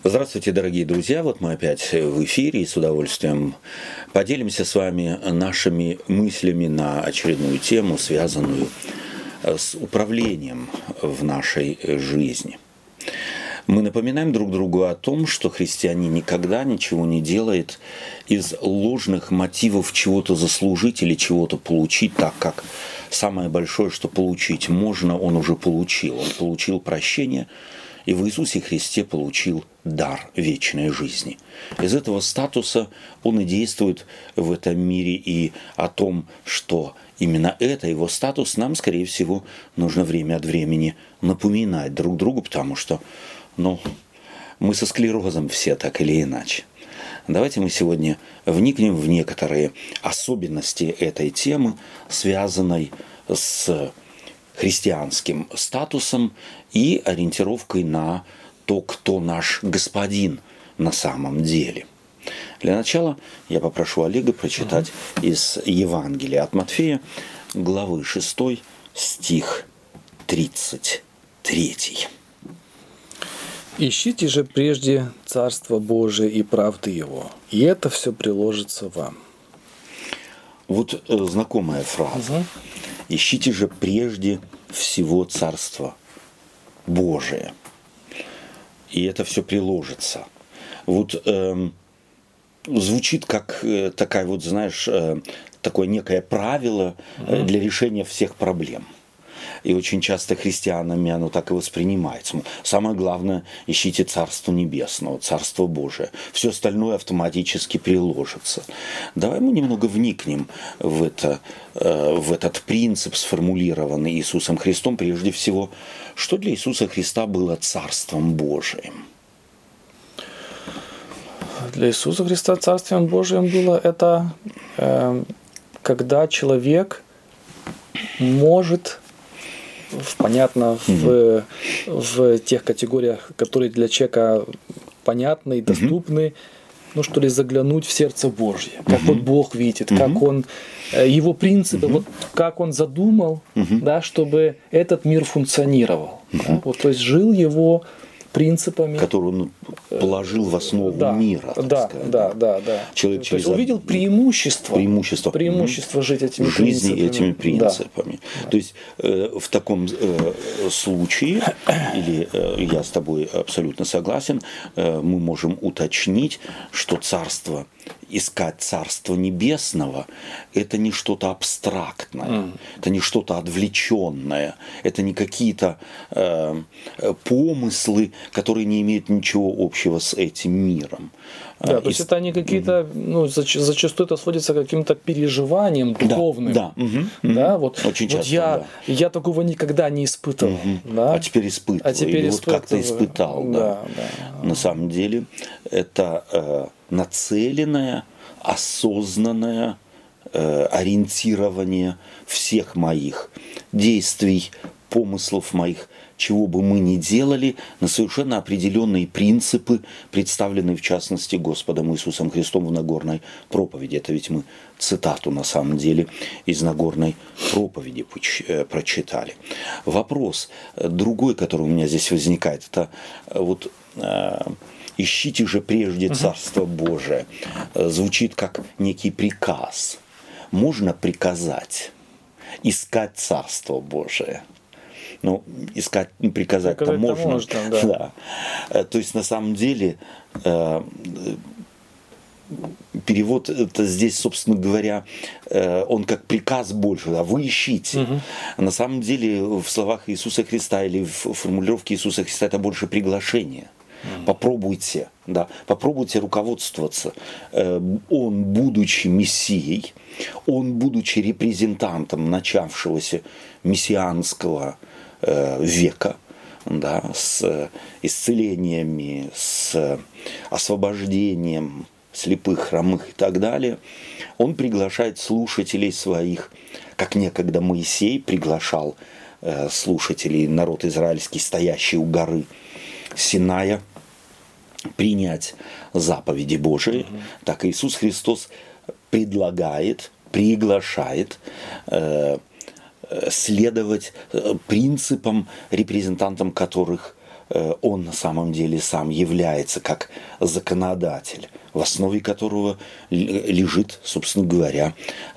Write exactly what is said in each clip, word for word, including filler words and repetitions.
Здравствуйте, дорогие друзья! Вот мы опять в эфире и с удовольствием поделимся с вами нашими мыслями на очередную тему, связанную с управлением в нашей жизни. Мы напоминаем друг другу о том, что христианин никогда ничего не делает из ложных мотивов чего-то заслужить или чего-то получить, так как самое большое, что получить можно, он уже получил. Он получил прощение, и в Иисусе Христе получил дар вечной жизни. Из этого статуса он и действует в этом мире, и о том, что именно это его статус, нам, скорее всего, нужно время от времени напоминать друг другу, потому что ну, мы со склерозом все так или иначе. Давайте мы сегодня вникнем в некоторые особенности этой темы, связанной с христианским статусом и ориентировкой на то, кто наш господин на самом деле. Для начала я попрошу Олега прочитать uh-huh. из Евангелия от Матфея, главы шестой, стих тридцать третий. «Ищите же прежде Царство Божие и правды Его, и это все приложится вам». Вот э, знакомая фраза. Uh-huh. «Ищите же прежде всего Царство Божие, и это все приложится». Вот э, звучит как э, такая вот, знаешь, э, такое некое правило э, для решения всех проблем. И очень часто христианами оно так и воспринимается. Самое главное, ищите Царство Небесного, Царство Божие. Все остальное автоматически приложится. Давай мы немного вникнем в, это, в этот принцип, сформулированный Иисусом Христом. Прежде всего, что для Иисуса Христа было Царством Божиим? Для Иисуса Христа Царством Божиим было это, э, когда человек может... Понятно, в, в тех категориях, которые для человека понятны и доступны, ну что ли, заглянуть в сердце Божье, как вот Бог видит, как Он, Его принципы, вот как Он задумал, да, чтобы этот мир функционировал. Да, вот, то есть жил Его принципами, который он положил в основу да, мира. Так да, сказать. да, да, да. Человек То через есть увидел преимущество, преимущество, преимущество жить этими жизни принципами. этими принципами. Да. То есть э, в таком э, случае, или э, я с тобой абсолютно согласен, э, мы можем уточнить, что царство, искать Царство Небесного, это не что-то абстрактное, mm. это не что-то отвлеченное, это не какие-то э, помыслы, которые не имеют ничего общего с этим миром. Да, то есть это они какие-то, ну, зачастую это сводится к каким-то переживаниям духовным. Да, да, угу, да вот, очень часто, вот я, да. я такого никогда не испытывал. Угу. Да? А теперь испытываю. А теперь Или испытываю. Вот как-то испытал. Да. Да, да. На самом деле это э, нацеленное, осознанное э, ориентирование всех моих действий, помыслов моих, чего бы мы ни делали, на совершенно определенные принципы, представленные в частности Господом Иисусом Христом в Нагорной проповеди. Это ведь мы цитату на самом деле из Нагорной проповеди прочитали. Вопрос другой, который у меня здесь возникает, это вот «ищите же прежде Царство Божие» звучит как некий приказ. Можно приказать искать Царство Божие? Ну, искать, приказать-то можно. можно да. Да. То есть, на самом деле, перевод это здесь, собственно говоря, он как приказ больше. Да, вы ищите. Угу. На самом деле, в словах Иисуса Христа или в формулировке Иисуса Христа это больше приглашение. Угу. Попробуйте, да, попробуйте руководствоваться. Он, будучи Мессией, он, будучи репрезентантом начавшегося мессианского века, да, с исцелениями, с освобождением слепых, хромых и так далее, он приглашает слушателей своих, как некогда Моисей приглашал слушателей, народ израильский, стоящий у горы Синая, принять заповеди Божии, mm-hmm. так Иисус Христос предлагает, приглашает следовать принципам, репрезентантам которых Он на самом деле сам является как законодатель, в основе которого лежит, собственно говоря,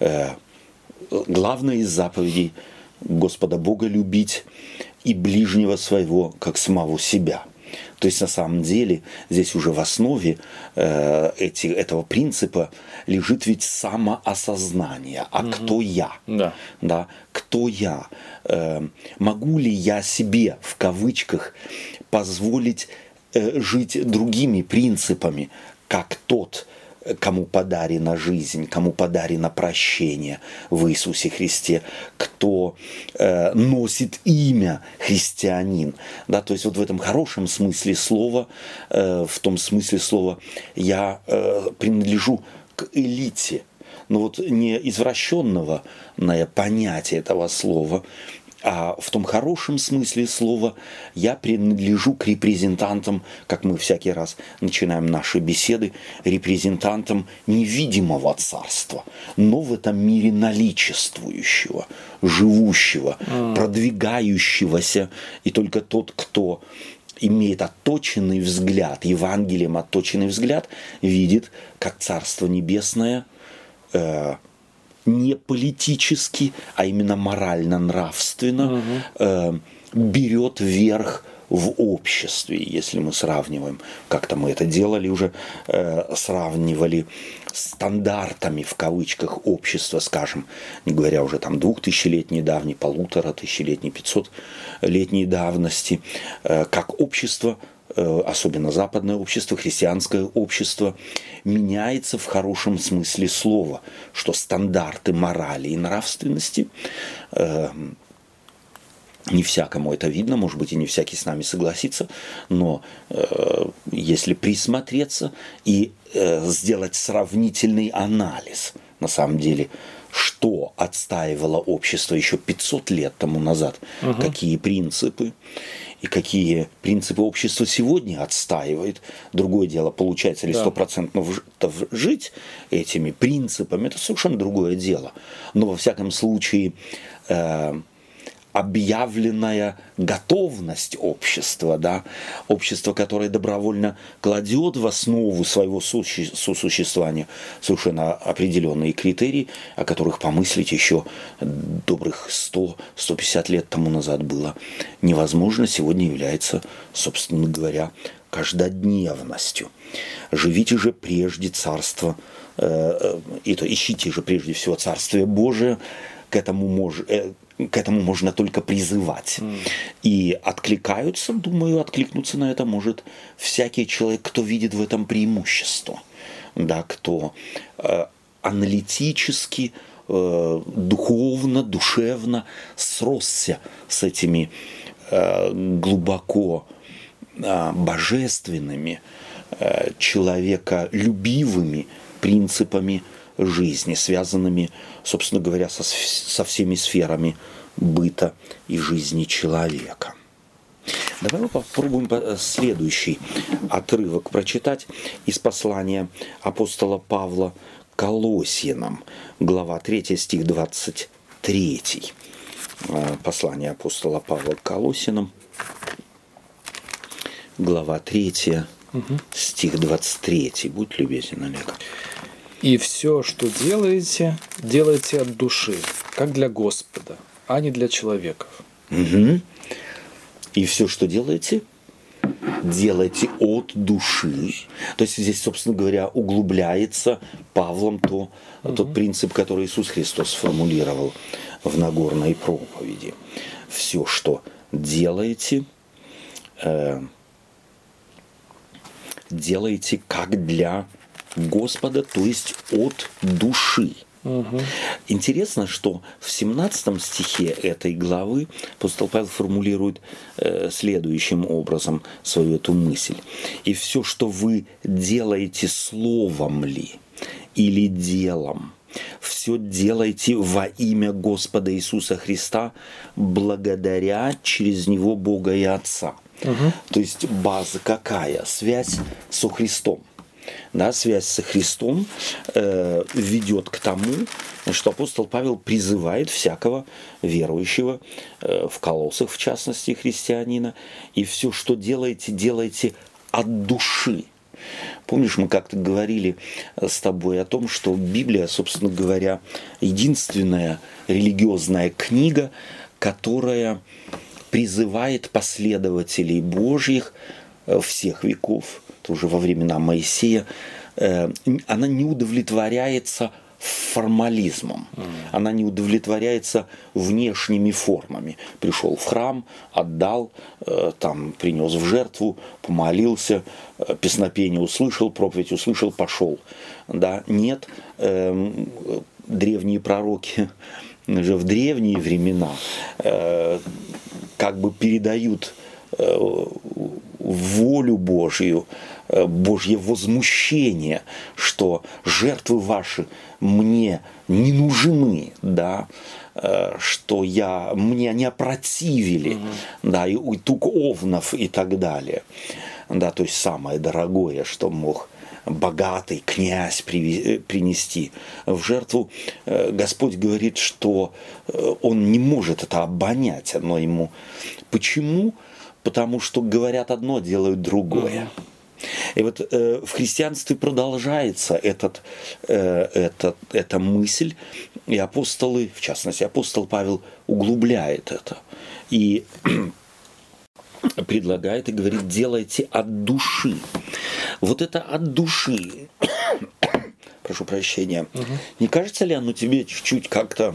главная из заповедей Господа Бога любить и ближнего своего, как самого себя. То есть на самом деле здесь уже в основе э, эти, этого принципа лежит ведь самоосознание. А угу. кто я? Да. Да? Кто я? Э, могу ли я себе, в кавычках, позволить э, жить другими принципами, как тот, кому подарена жизнь, кому подарено прощение в Иисусе Христе, кто э, носит имя христианин. Да, то есть вот в этом хорошем смысле слова, э, в том смысле слова, я э, принадлежу к элите. Но вот не извращенного понятие этого слова, а в том хорошем смысле слова я принадлежу к репрезентантам, как мы всякий раз начинаем наши беседы, репрезентантам невидимого царства, но в этом мире наличествующего, живущего, mm. продвигающегося. И только тот, кто имеет отточенный взгляд, Евангелием отточенный взгляд, видит, как Царство Небесное э, не политически, а именно морально-нравственно угу. э, берет верх в обществе. Если мы сравниваем, как-то мы это делали уже, э, сравнивали стандартами, в кавычках, общества, скажем, не говоря уже там двухтысячелетней давней, полутора тысячелетней, пятисотлетней давности, э, как общество, особенно западное общество, христианское общество, меняется в хорошем смысле слова, что стандарты морали и нравственности, э, не всякому это видно, может быть, и не всякий с нами согласится, но э, если присмотреться и э, сделать сравнительный анализ, на самом деле, что отстаивало общество еще пятьсот лет тому назад, угу. какие принципы, и какие принципы общества сегодня отстаивает. Другое дело, получается ли стопроцентно да. жить этими принципами, это совершенно другое дело. Но во всяком случае э, объявленная готовность общества, да, общество, которое добровольно кладет в основу своего сосуществования совершенно определенные критерии, о которых помыслить еще добрых сто - сто пятьдесят лет тому назад было невозможно, сегодня является, собственно говоря, каждодневностью. Живите же прежде царство, э, и то ищите же прежде всего Царствие Божие, к этому можно... Э, К этому можно только призывать. Mm. И откликаются, думаю, откликнуться на это может всякий человек, кто видит в этом преимущество. Да, кто э, аналитически, э, духовно, душевно сросся с этими э, глубоко э, божественными, э, человеколюбивыми принципами жизни, связанными, собственно говоря, со, со всеми сферами быта и жизни человека. Давай мы попробуем следующий отрывок прочитать из послания апостола Павла Колоссянам, глава третья, стих двадцать три. Послание апостола Павла к Колоссянам, глава третья, угу. стих двадцать три. Будь любезен, Олег. «И все, что делаете, делайте от души, как для Господа, а не для человеков». Угу. И все, что делаете, делайте от души. То есть здесь, собственно говоря, углубляется Павлом то, угу. тот принцип, который Иисус Христос сформулировал в Нагорной проповеди. Все, что делаете, э, делайте как для Господа, то есть от души. Угу. Интересно, что в семнадцатом стихе этой главы апостол Павел формулирует э, следующим образом свою эту мысль. «И все, что вы делаете словом ли или делом, все делайте во имя Господа Иисуса Христа, благодаря через Него Бога и Отца». Угу. То есть база какая? Связь со Христом. да, связь со Христом э, ведет к тому, что апостол Павел призывает всякого верующего, э, в Колоссах, в частности, христианина, и все, что делаете, делайте от души. Помнишь, мы как-то говорили с тобой о том, что Библия, собственно говоря, единственная религиозная книга, которая призывает последователей Божьих всех веков, уже во времена Моисея, она не удовлетворяется формализмом, она не удовлетворяется внешними формами. Пришел в храм, отдал, там принес в жертву, помолился, песнопение услышал, проповедь услышал, пошел. Да? Нет, древние пророки уже в древние времена как бы передают волю Божью, Божье возмущение, что жертвы ваши мне не нужны, да, что я, мне не опротивили, угу. да, и уйтук овнов и так далее. Да, то есть самое дорогое, что мог богатый князь принести в жертву. Господь говорит, что он не может это обонять, оно ему. Почему? Потому что говорят одно, делают другое. И вот э, в христианстве продолжается этот, э, этот, эта мысль, и апостолы, в частности, апостол Павел углубляет это и предлагает и говорит: делайте от души. Вот это от души, прошу прощения, угу. не кажется ли оно тебе чуть-чуть как-то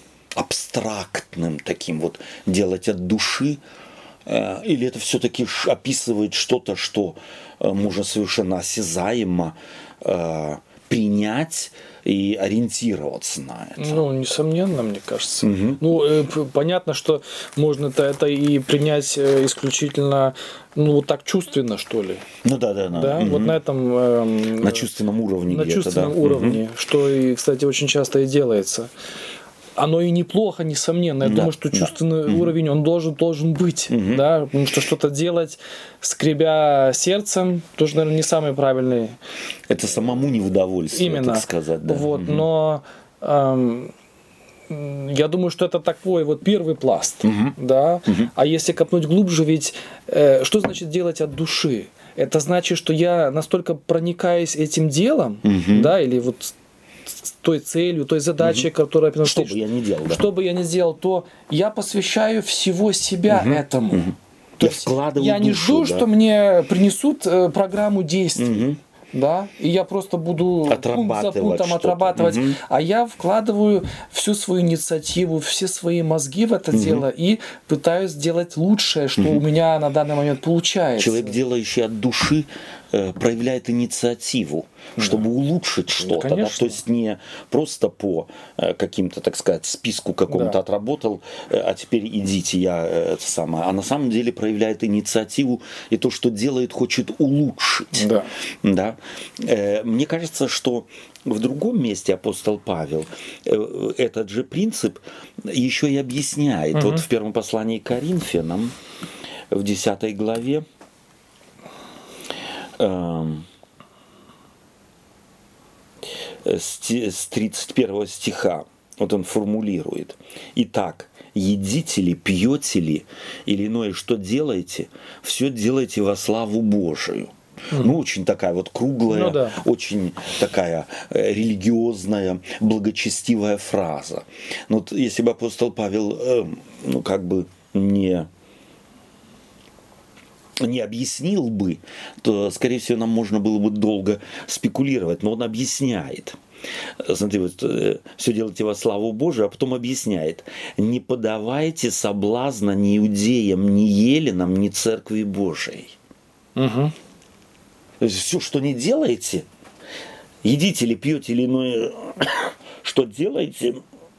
абстрактным таким вот, делать от души? Или это все-таки описывает что-то, что можно совершенно осязаемо э, принять и ориентироваться на это? Ну, несомненно, мне кажется. Угу. Ну, э, понятно, что можно это, это и принять исключительно, ну, так чувственно, что ли. Ну да, да, да. да? Угу. Вот на этом... Э, на чувственном уровне. На чувственном да. уровне, угу. что, и, кстати, очень часто и делается. Оно и неплохо, несомненно. Я да, думаю, что чувственный да. уровень, он должен, должен быть. Угу. Да? Потому что что-то делать, скребя сердцем, тоже, наверное, не самый правильный. Это самому не в удовольствие, именно. Так сказать. Да. Вот, угу. Но эм, я думаю, что это такой вот первый пласт. Угу. Да? Угу. А если копнуть глубже, ведь э, что значит делать от души? Это значит, что я настолько проникаюсь этим делом, угу. да, или вот той целью, той задачей, угу. которая... Что стоит, бы я ни делал. Да. Что бы я ни сделал, то я посвящаю всего себя угу. этому. Угу. То я есть вкладываю я не душу, жду, да. что мне принесут э, программу действий. Угу. Да, и я просто буду пункт за пунктом отрабатывать, угу. а я вкладываю всю свою инициативу, все свои мозги в это угу. дело и пытаюсь сделать лучшее, что угу. у меня на данный момент получается. Человек, делающий от души, проявляет инициативу, да. чтобы улучшить что-то. Да? То есть не просто по каким-то, так сказать, списку какому-то да. отработал, а теперь идите, я это самое. А на самом деле проявляет инициативу и то, что делает, хочет улучшить. Да. Да? Мне кажется, что в другом месте апостол Павел этот же принцип еще и объясняет. Угу. Вот в первом послании к Коринфянам, в десятой главе, с тридцать первого стиха, вот он формулирует: «Итак, едите ли, пьете ли, или иное, что делаете, все делайте во славу Божию». Mm. Ну, очень такая вот круглая, ну, да. очень такая религиозная, благочестивая фраза. Но вот если бы апостол Павел, ну, как бы не... не объяснил бы, то, скорее всего, нам можно было бы долго спекулировать, но он объясняет. Смотри, вот, все делайте во славу Божию, а потом объясняет: не подавайте соблазна ни иудеям, ни еленам, ни церкви Божией. Угу. То есть все, что не делаете, едите ли, пьете ли, иное, что делаете,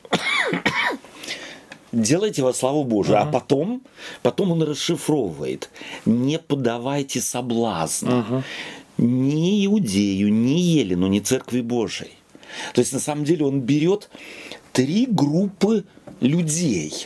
делайте во славу Божию. Uh-huh. А потом, потом он расшифровывает: не подавайте соблазна uh-huh. ни иудею, ни елену, ни церкви Божией. То есть на самом деле он берет три группы людей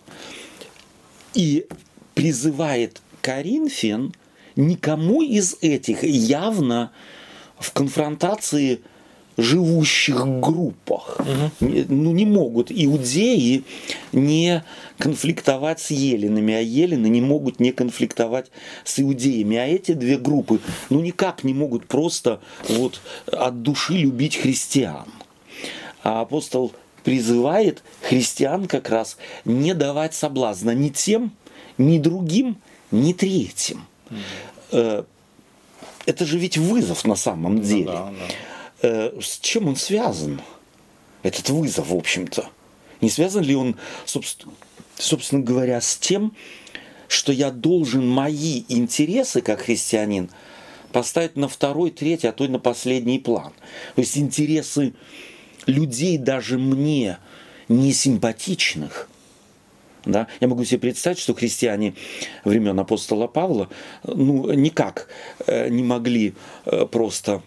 и призывает Коринфян никому из этих явно в конфронтации живущих группах. Угу. Ну, не могут иудеи не конфликтовать с еленами, а елены не могут не конфликтовать с иудеями. А эти две группы, ну, никак не могут просто вот от души любить христиан. А апостол призывает христиан как раз не давать соблазна ни тем, ни другим, ни третьим. Угу. Это же ведь вызов на самом деле. Ну, да, да. С чем он связан, этот вызов, в общем-то? Не связан ли он, собственно, собственно говоря, с тем, что я должен мои интересы, как христианин, поставить на второй, третий, а то и на последний план? То есть интересы людей, даже мне не симпатичных. Да? Я могу себе представить, что христиане времен апостола Павла ну, никак не могли просто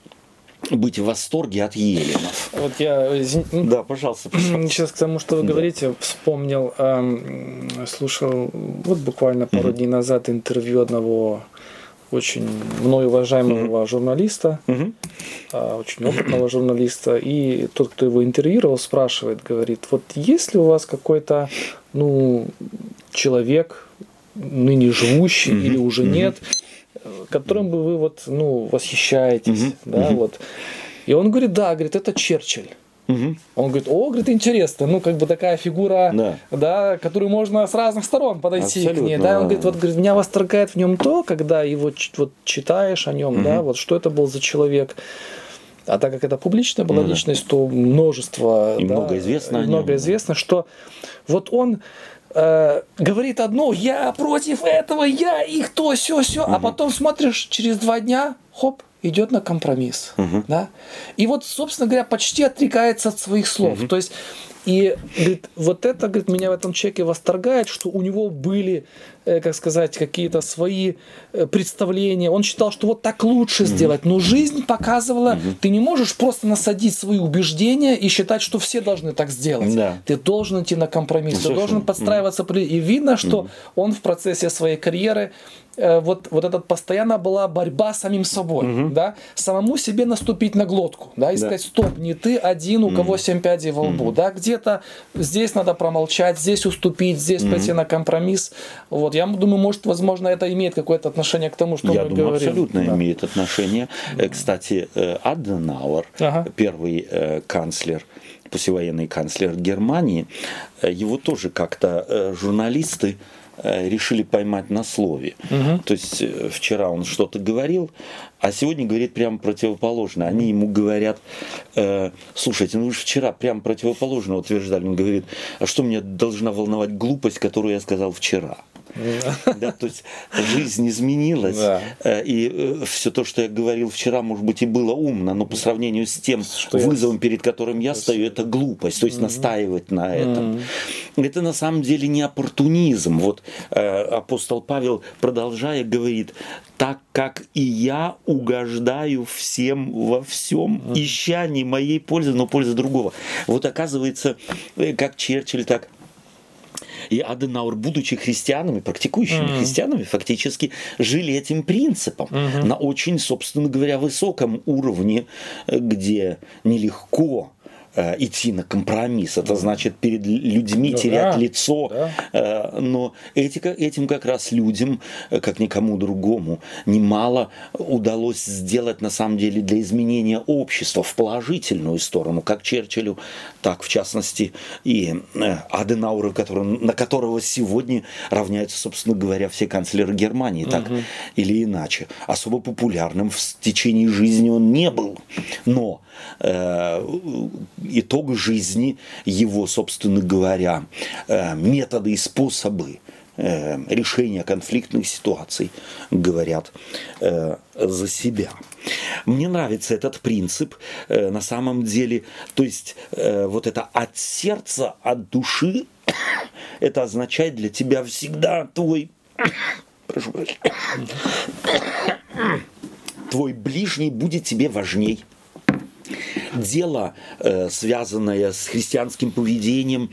быть в восторге от еленов. Вот я... Да, пожалуйста, пожалуйста. Сейчас к тому, что вы да. говорите, вспомнил, эм, слушал вот буквально пару mm-hmm. дней назад интервью одного очень мной уважаемого mm-hmm. журналиста, mm-hmm. э, очень опытного журналиста, и тот, кто его интервьюировал, спрашивает, говорит, вот есть ли у вас какой-то, ну, человек, ныне живущий mm-hmm. или уже mm-hmm. нет, которым бы вы вот, ну, восхищаетесь, uh-huh. да, uh-huh. вот. И он говорит, да, говорит, это Черчилль. Uh-huh. Он говорит, о, говорит, интересно, ну, как бы такая фигура, да, да которую можно с разных сторон подойти абсолютно, к ней, да. Он говорит, вот, говорит, меня восторгает в нем то, когда его вот читаешь о нем, uh-huh. да, вот, что это был за человек. А так как это публичная была uh-huh. личность, то множество, и да, много известно, и много известно, что вот он говорит одно, я против этого, я их то, сё, сё, угу. а потом смотришь, через два дня, хоп, идет на компромисс. Угу. Да? И вот, собственно говоря, почти отрекается от своих слов. Угу. То есть, и говорит, вот это, говорит, меня в этом человеке восторгает, что у него были, как сказать, какие-то свои представления. Он считал, что вот так лучше mm-hmm. сделать. Но жизнь показывала, mm-hmm. ты не можешь просто насадить свои убеждения и считать, что все должны так сделать. Да. Ты должен идти на компромисс, ты должен подстраиваться. Mm-hmm. И видно, что mm-hmm. он в процессе своей карьеры Вот, вот это постоянно была борьба с самим собой, угу. да, самому себе наступить на глотку, да, и да. сказать, стоп, не ты один, у угу. кого семь пядей во лбу, угу. да, где-то здесь надо промолчать, здесь уступить, здесь угу. пойти на компромисс, вот, я думаю, может, возможно, это имеет какое-то отношение к тому, что я мы думаю, говорим. абсолютно да. имеет отношение. Кстати, Аденауэр, ага. первый канцлер, послевоенный канцлер Германии, его тоже как-то журналисты решили поймать на слове. Угу. То есть вчера он что-то говорил, а сегодня говорит прямо противоположное. Они ему говорят, э, слушайте, ну вы же вчера прямо противоположно утверждали. Он говорит, а что меня должна волновать глупость, которую я сказал вчера? Да, то есть жизнь изменилась, да. и все то, что я говорил вчера, может быть, и было умно, но по сравнению с тем что вызовом, я... перед которым я стою, это глупость, то есть mm-hmm. настаивать на этом. Mm-hmm. Это на самом деле не оппортунизм. Вот э, апостол Павел, продолжая, говорит, так как и я угождаю всем во всем, mm-hmm. ища не моей пользы, но пользы другого. Вот оказывается, как Черчилль, так и Аденауэр, будучи христианами, практикующими mm-hmm. христианами, фактически жили этим принципом mm-hmm. на очень, собственно говоря, высоком уровне, где нелегко э, идти на компромисс. Это значит перед людьми да, терять да, лицо. Да. Э, но этика, этим как раз людям, как никому другому, немало удалось сделать на самом деле для изменения общества в положительную сторону, как Черчиллю, так в частности и Аденауэру, который, на которого сегодня равняются, собственно говоря, все канцлеры Германии, так угу. или иначе. Особо популярным в течение жизни он не был. Но э, итог жизни его, собственно говоря, э, методы и способы э, решения конфликтных ситуаций говорят э, за себя. Мне нравится этот принцип э, на самом деле, то есть э, вот это от сердца, от души, это означает для тебя всегда твой, прошу прощения, твой ближний будет тебе важней. дело, э, связанное с христианским поведением,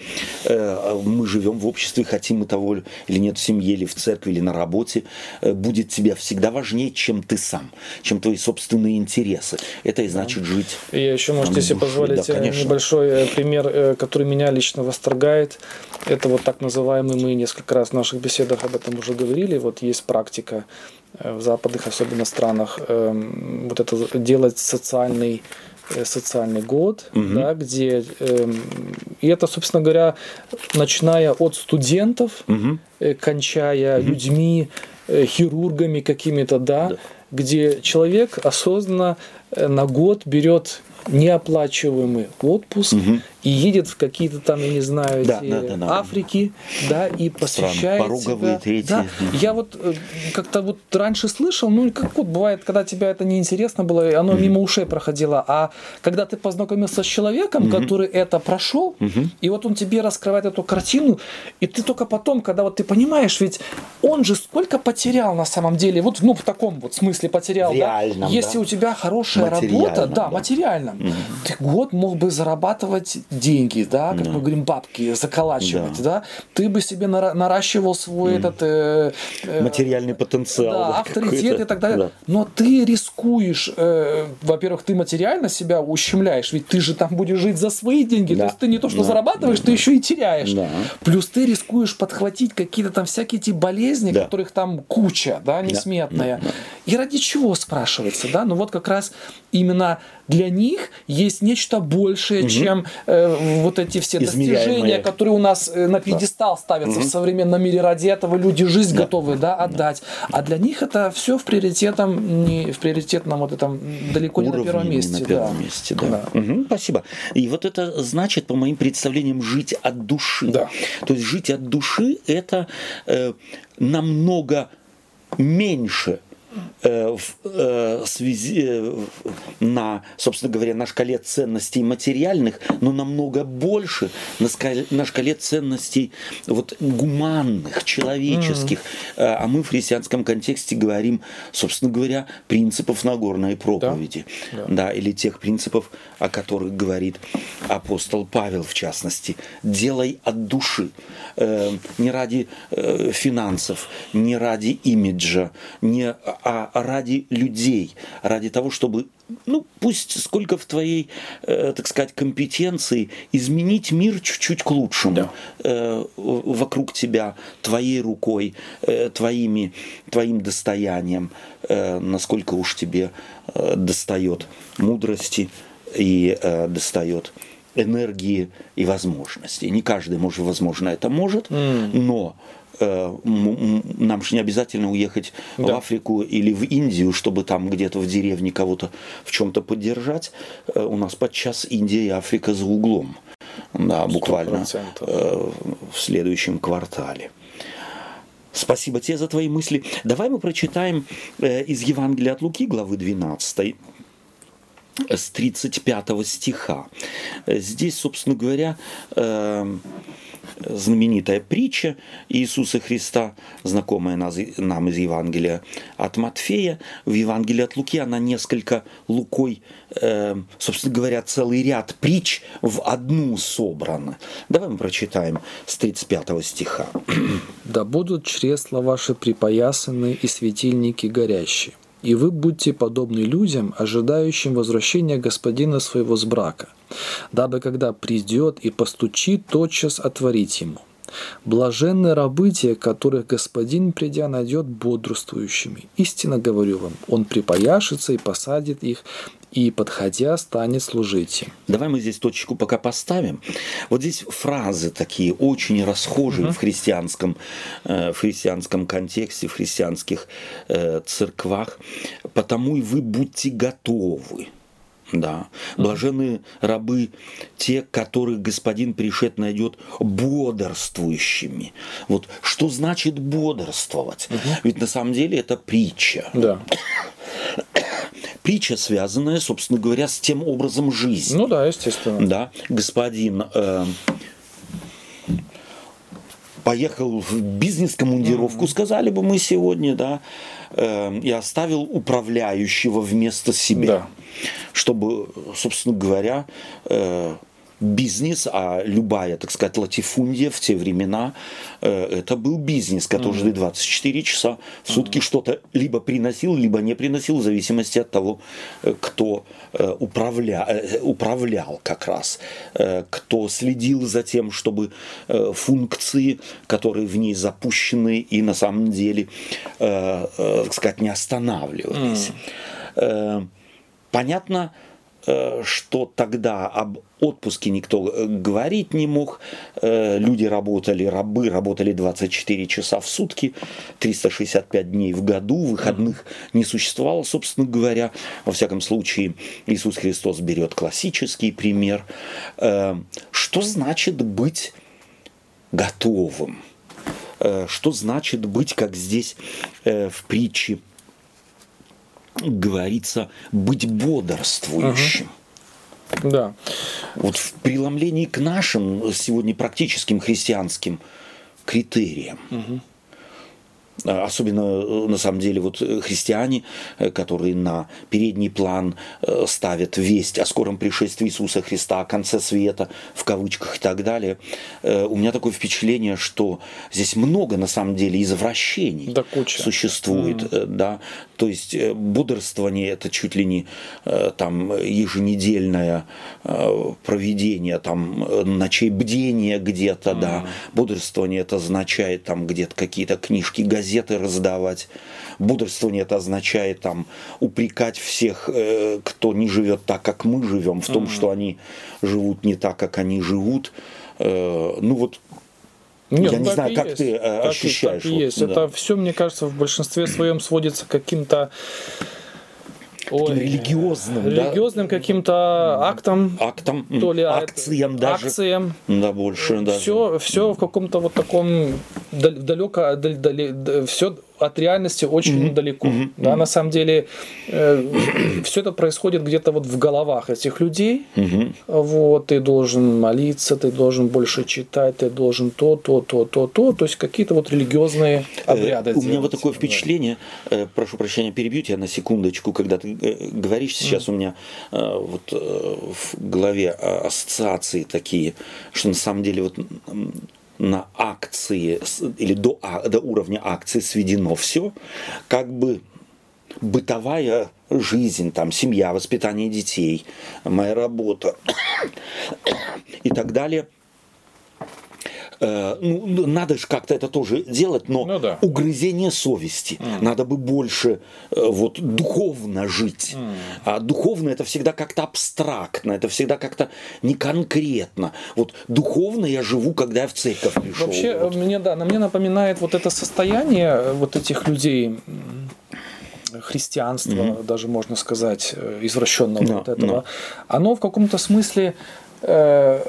э, мы живем в обществе, хотим мы того или нет, в семье, или в церкви, или на работе, э, будет тебе всегда важнее, чем ты сам, чем твои собственные интересы. Это и значит жить. И еще можете себе позволить да, небольшой пример, который меня лично восторгает. Это вот так называемый, мы несколько раз в наших беседах об этом уже говорили, вот есть практика в западных, особенно странах, э, вот это делать социальный, э, социальный год, угу. да, где, э, и это, собственно говоря, начиная от студентов, угу. э, кончая угу. людьми, э, хирургами какими-то, да, да, где человек осознанно э, на год берет неоплачиваемый отпуск угу. и едет в какие-то там, я не знаю, да, эти да, да, да. Африки, да, и посвящает пороговые, себя. Третьи. Да. Я вот как-то вот раньше слышал, ну как вот бывает, когда тебе это неинтересно было, оно mm-hmm. мимо ушей проходило, а когда ты познакомился с человеком, mm-hmm. который это прошел, mm-hmm. и вот он тебе раскрывает эту картину, и ты только потом, когда вот ты понимаешь, ведь он же сколько потерял на самом деле, вот ну в таком вот смысле потерял, реальном, да? Если да? у тебя хорошая работа, да, да. материально, Mm-hmm. ты год мог бы зарабатывать деньги, да, как yeah. мы говорим, бабки, заколачивать, yeah. да, ты бы себе нара- наращивал свой mm. этот э, э, материальный потенциал, да, да, авторитет и так далее. Да. Но ты рискуешь, э, во-первых, ты материально себя ущемляешь, ведь ты же там будешь жить за свои деньги, да. то есть ты не то, что да. зарабатываешь, да. ты еще и теряешь. Да. Плюс ты рискуешь подхватить какие-то там всякие эти болезни, да. которых там куча, да, несметная. Да. Да. И ради чего, спрашивается, да? Ну вот как раз именно для них есть нечто большее, угу. чем э, вот эти все достижения, которые у нас э, на пьедестал да. ставятся угу. в современном мире. Ради этого люди жизнь да. готовы да, отдать. Да. А для них это все в приоритетном, не в приоритетном вот этом далеко уровне, не на первом месте. Не на первом да. месте да. Да. Угу. Спасибо. И вот это значит, по моим представлениям, жить от души. Да. То есть жить от души это э, намного меньше в связи на, собственно говоря, на шкале ценностей материальных, но намного больше на шкале, на шкале ценностей вот, гуманных, человеческих. Mm-hmm. А мы в христианском контексте говорим, собственно говоря, принципов Нагорной проповеди. Да? Да. Да, или тех принципов, о которых говорит апостол Павел, в частности. Делай от души. Не ради финансов, не ради имиджа, не а ради людей, ради того, чтобы, ну, пусть сколько в твоей, э, так сказать, компетенции изменить мир чуть-чуть к лучшему да. э, вокруг тебя, твоей рукой, э, твоими, твоим достоянием, э, насколько уж тебе э, достает мудрости и э, достает энергии и возможностей. Не каждый, может, возможно, это может, mm. но нам же не обязательно уехать да. в Африку или в Индию, чтобы там где-то в деревне кого-то в чем-то поддержать. У нас подчас Индия и Африка за углом. Да, буквально сто процентов. В следующем квартале. Спасибо тебе за твои мысли. Давай мы прочитаем из Евангелия от Луки, главы двенадцатой, с тридцать пятого стиха. Здесь, собственно говоря, знаменитая притча Иисуса Христа, знакомая нам из Евангелия от Матфея. В Евангелии от Луки она несколько Лукой, э, собственно говоря, целый ряд притч в одну собрана. Давай мы прочитаем с тридцать пятого стиха. «Да будут чресла ваши припоясаны и светильники горящие, и вы будьте подобны людям, ожидающим возвращения господина своего с брака, дабы, когда придет и постучит, тотчас отворить ему. Блаженны рабы те, которых господин, придя, найдет бодрствующими. Истинно говорю вам, он припояшется и посадит их, и, подходя, станет служить им». Давай мы здесь точку пока поставим. Вот здесь фразы такие очень расхожие mm-hmm. в христианском, в христианском контексте, в христианских церквах. «Потому и вы будьте готовы». Да. Блаженны рабы те, которых господин пришед найдет бодрствующими. Вот что значит бодрствовать? Угу. Ведь на самом деле это притча. Да. Притча, связанная, собственно говоря, с тем образом жизни. Ну да, естественно. Да. Господин э, поехал в бизнес-командировку, mm-hmm. сказали бы мы сегодня, да, э, и оставил управляющего вместо себя, да. чтобы, собственно говоря, э, бизнес, а любая, так сказать, латифундия в те времена, э, это был бизнес, который mm-hmm. двадцать четыре часа в сутки mm-hmm. что-то либо приносил, либо не приносил, в зависимости от того, кто э, управля, э, управлял как раз, э, кто следил за тем, чтобы э, функции, которые в ней запущены и на самом деле, э, э, так сказать, не останавливались. Mm-hmm. Э, понятно, что тогда об отпуске никто говорить не мог. Люди работали, рабы работали двадцать четыре часа в сутки, триста шестьдесят пять дней в году, выходных не существовало, собственно говоря. Во всяком случае, Иисус Христос берет классический пример. Что значит быть готовым? Что значит быть, как здесь в притче говорится, быть бодрствующим. Угу. Да. Вот в преломлении к нашим сегодня практическим христианским критериям. Угу. Особенно, на самом деле, вот христиане, которые на передний план ставят весть о скором пришествии Иисуса Христа, о конце света, в кавычках и так далее. У меня такое впечатление, что здесь много, на самом деле, извращений да, существует. Mm. Да? То есть бодрствование – это чуть ли не там, еженедельное проведение там, ночей бдения где-то. Mm. Да? Бодрствование – это означает там, где-то какие-то книжки, газеты, газеты раздавать. Бодрствование это означает там упрекать всех, э, кто не живет так, как мы живем, в том, mm-hmm. что они живут не так, как они живут. Э, ну вот, Нет, я не знаю, как есть. ты э, так ощущаешь. И, так и вот, есть. Да. Это все, мне кажется, в большинстве своем сводится к каким-то Ой, религиозным, религиозным да? каким-то актом, актом, то ли акциям даже, акциям, да, больше, да. Все, все в каком-то вот таком далеко, дал, дал, все от реальности очень mm-hmm. далеко. Mm-hmm. Да, на самом деле э, все это происходит где-то вот в головах этих людей. Mm-hmm. Вот, ты должен молиться, ты должен больше читать, ты должен то, то, то, то, то. То есть какие-то вот религиозные обряды. Э, у меня вот такое впечатление, э, прошу прощения, перебью тебя на секундочку, когда ты э, говоришь сейчас, mm-hmm. у меня э, вот э, в голове ассоциации такие, что на самом деле вот на акции или до, до уровня акций сведено все, как бы бытовая жизнь, там, семья, воспитание детей, моя работа и так далее. Ну, надо же как-то это тоже делать, но ну, да. угрызение совести. Mm. Надо бы больше вот, духовно жить. Mm. А духовно это всегда как-то абстрактно, это всегда как-то не конкретно. Вот духовно я живу, когда я в церковь пришел. Вообще, вот. мне, да, мне напоминает вот это состояние вот этих людей, христианства, mm-hmm. даже можно сказать, извращенного no, вот этого. No. Оно в каком-то смысле э,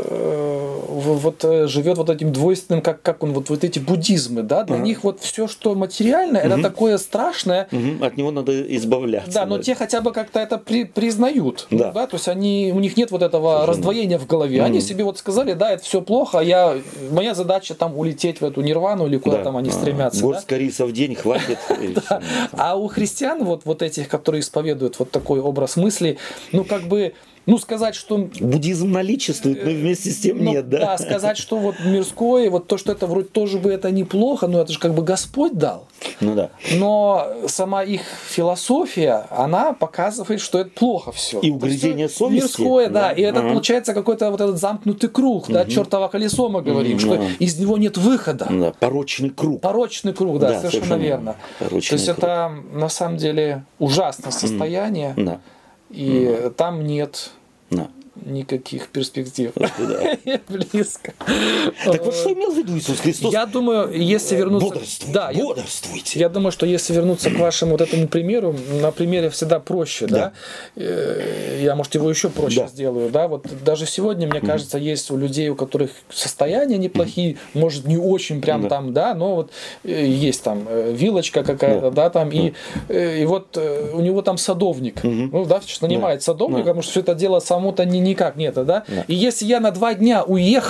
вот живет вот этим двойственным, как, как он, вот, вот эти буддизмы, да, для ага. них вот все, что материальное, угу. это такое страшное. Угу. От него надо избавляться. Да, но да. те хотя бы как-то это при, признают, да. да, то есть они, у них нет вот этого Совершенно. раздвоения в голове, угу. они себе вот сказали, да, это все плохо, я, моя задача там улететь в эту нирвану или куда да. там они а, стремятся. Горстка риса в день хватит. А у христиан вот, вот этих, которые исповедуют вот такой образ мысли, ну как бы Ну, сказать, что... Буддизм наличествует, но вместе с тем ну, нет, да? Да, сказать, что вот мирское, вот то, что это вроде тоже бы это неплохо, но это же как бы Господь дал. Ну да. Но сама их философия, она показывает, что это плохо все. И угрызение совести. Мирское, да. да. И это ага. получается какой-то вот этот замкнутый круг, угу. да, чертово колесо мы говорим, угу. что да. из него нет выхода. Да. Порочный круг. Порочный круг, да, да совершенно, совершенно верно. Порочный то есть круг. Это на самом деле ужасное состояние. Да. И угу. там нет... Да. никаких перспектив. Да. Близко. Так вот, что имел в виду Иисус Христос? Я думаю, если вернуться... Бодрствуйте, да, бодрствуйте. Я, я думаю, что если вернуться к вашему вот этому примеру, на примере всегда проще, да? да? Я, может, его еще проще да. сделаю, да? Вот даже сегодня, мне mm-hmm. кажется, есть у людей, у которых состояния неплохие, mm-hmm. может, не очень прям да. там, да, но вот есть там вилочка какая-то, да, да там, mm-hmm. и, и вот у него там садовник, mm-hmm. ну, да, нанимает да. садовника, mm-hmm. потому что все это дело само-то не никак нет, да? да? И если я на два дня уехал,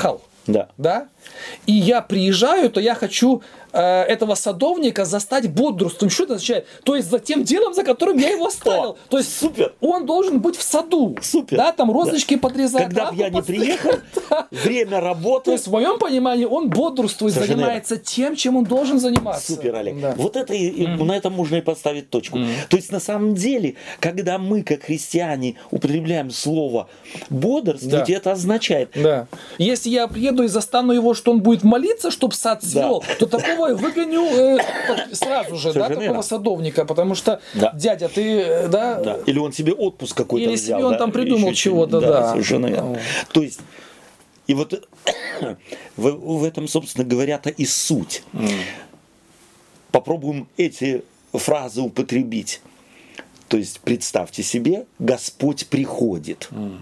Да. Да? И я приезжаю, то я хочу э, этого садовника застать бодрством. Что это означает? То есть за тем делом, за которым я его оставил. О, то есть супер. Он должен быть в саду. Супер. Да, там розочки да. подрезать. Когда бы я не приехал, да. время работы. То есть в моем понимании он бодрствует, совершенно занимается верно. Тем, чем он должен заниматься. Супер, Олег. Да. Вот это mm-hmm. на этом можно и поставить точку. Mm-hmm. То есть на самом деле, когда мы, как христиане, употребляем слово бодрствовать, да. это означает. Да. Если я приеду и застану его, что он будет молиться, чтобы сад цвел, да. то такого я выгоню э, сразу же, да, такого садовника, потому что да. дядя, ты, да, да. Или он себе отпуск какой-то или взял. Или он да? там придумал Еще чего-то, да. да. Совершенно верно. То есть, и вот в, в этом, собственно говоря-то и суть. Mm. Попробуем эти фразы употребить. То есть, представьте себе, Господь приходит. Mm.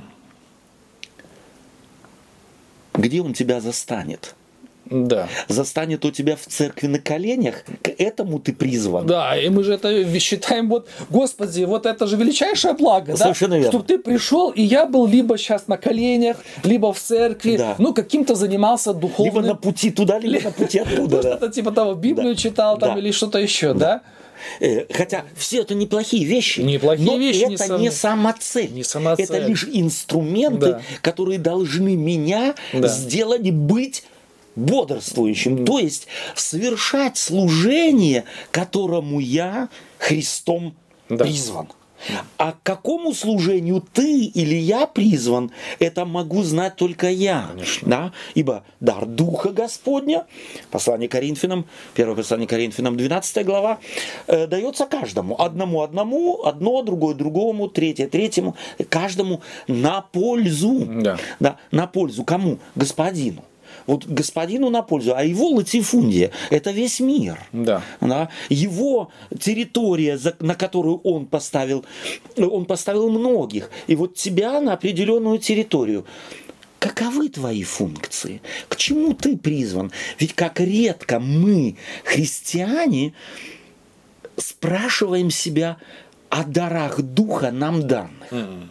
Где Он тебя застанет? Да. Застанет у тебя в церкви на коленях, к этому ты призван. Да, и мы же это считаем, вот, Господи, вот это же величайшее благо, совершенно да? Верно. Чтобы ты пришел, и я был либо сейчас на коленях, либо в церкви, да. ну, каким-то занимался духовным. Либо на пути туда, либо на пути оттуда. Ну, что-то типа того, Библию читал там или что-то еще, да? Хотя все это неплохие вещи, неплохие но вещи, это не, сам... не самоцель. Не самоцель. Это лишь инструменты, да. которые должны меня да. сделать быть бодрствующим, mm. то есть совершать служение, которому я Христом да. призван. А к какому служению ты или я призван, это могу знать только я. Да? Ибо дар Духа Господня, послание Коринфянам, первое послание Коринфянам, двенадцатая глава, э, дается каждому. Одному одному, одно, другое другому, третье третьему, каждому на пользу. Да. Да, на пользу кому? Господину. Вот господину на пользу, а его латифундия – это весь мир. Да. Да? Его территория, на которую он поставил, он поставил многих. И вот тебя на определенную территорию. Каковы твои функции? К чему ты призван? Ведь как редко мы, христиане, спрашиваем себя о дарах Духа нам данных. Mm-hmm.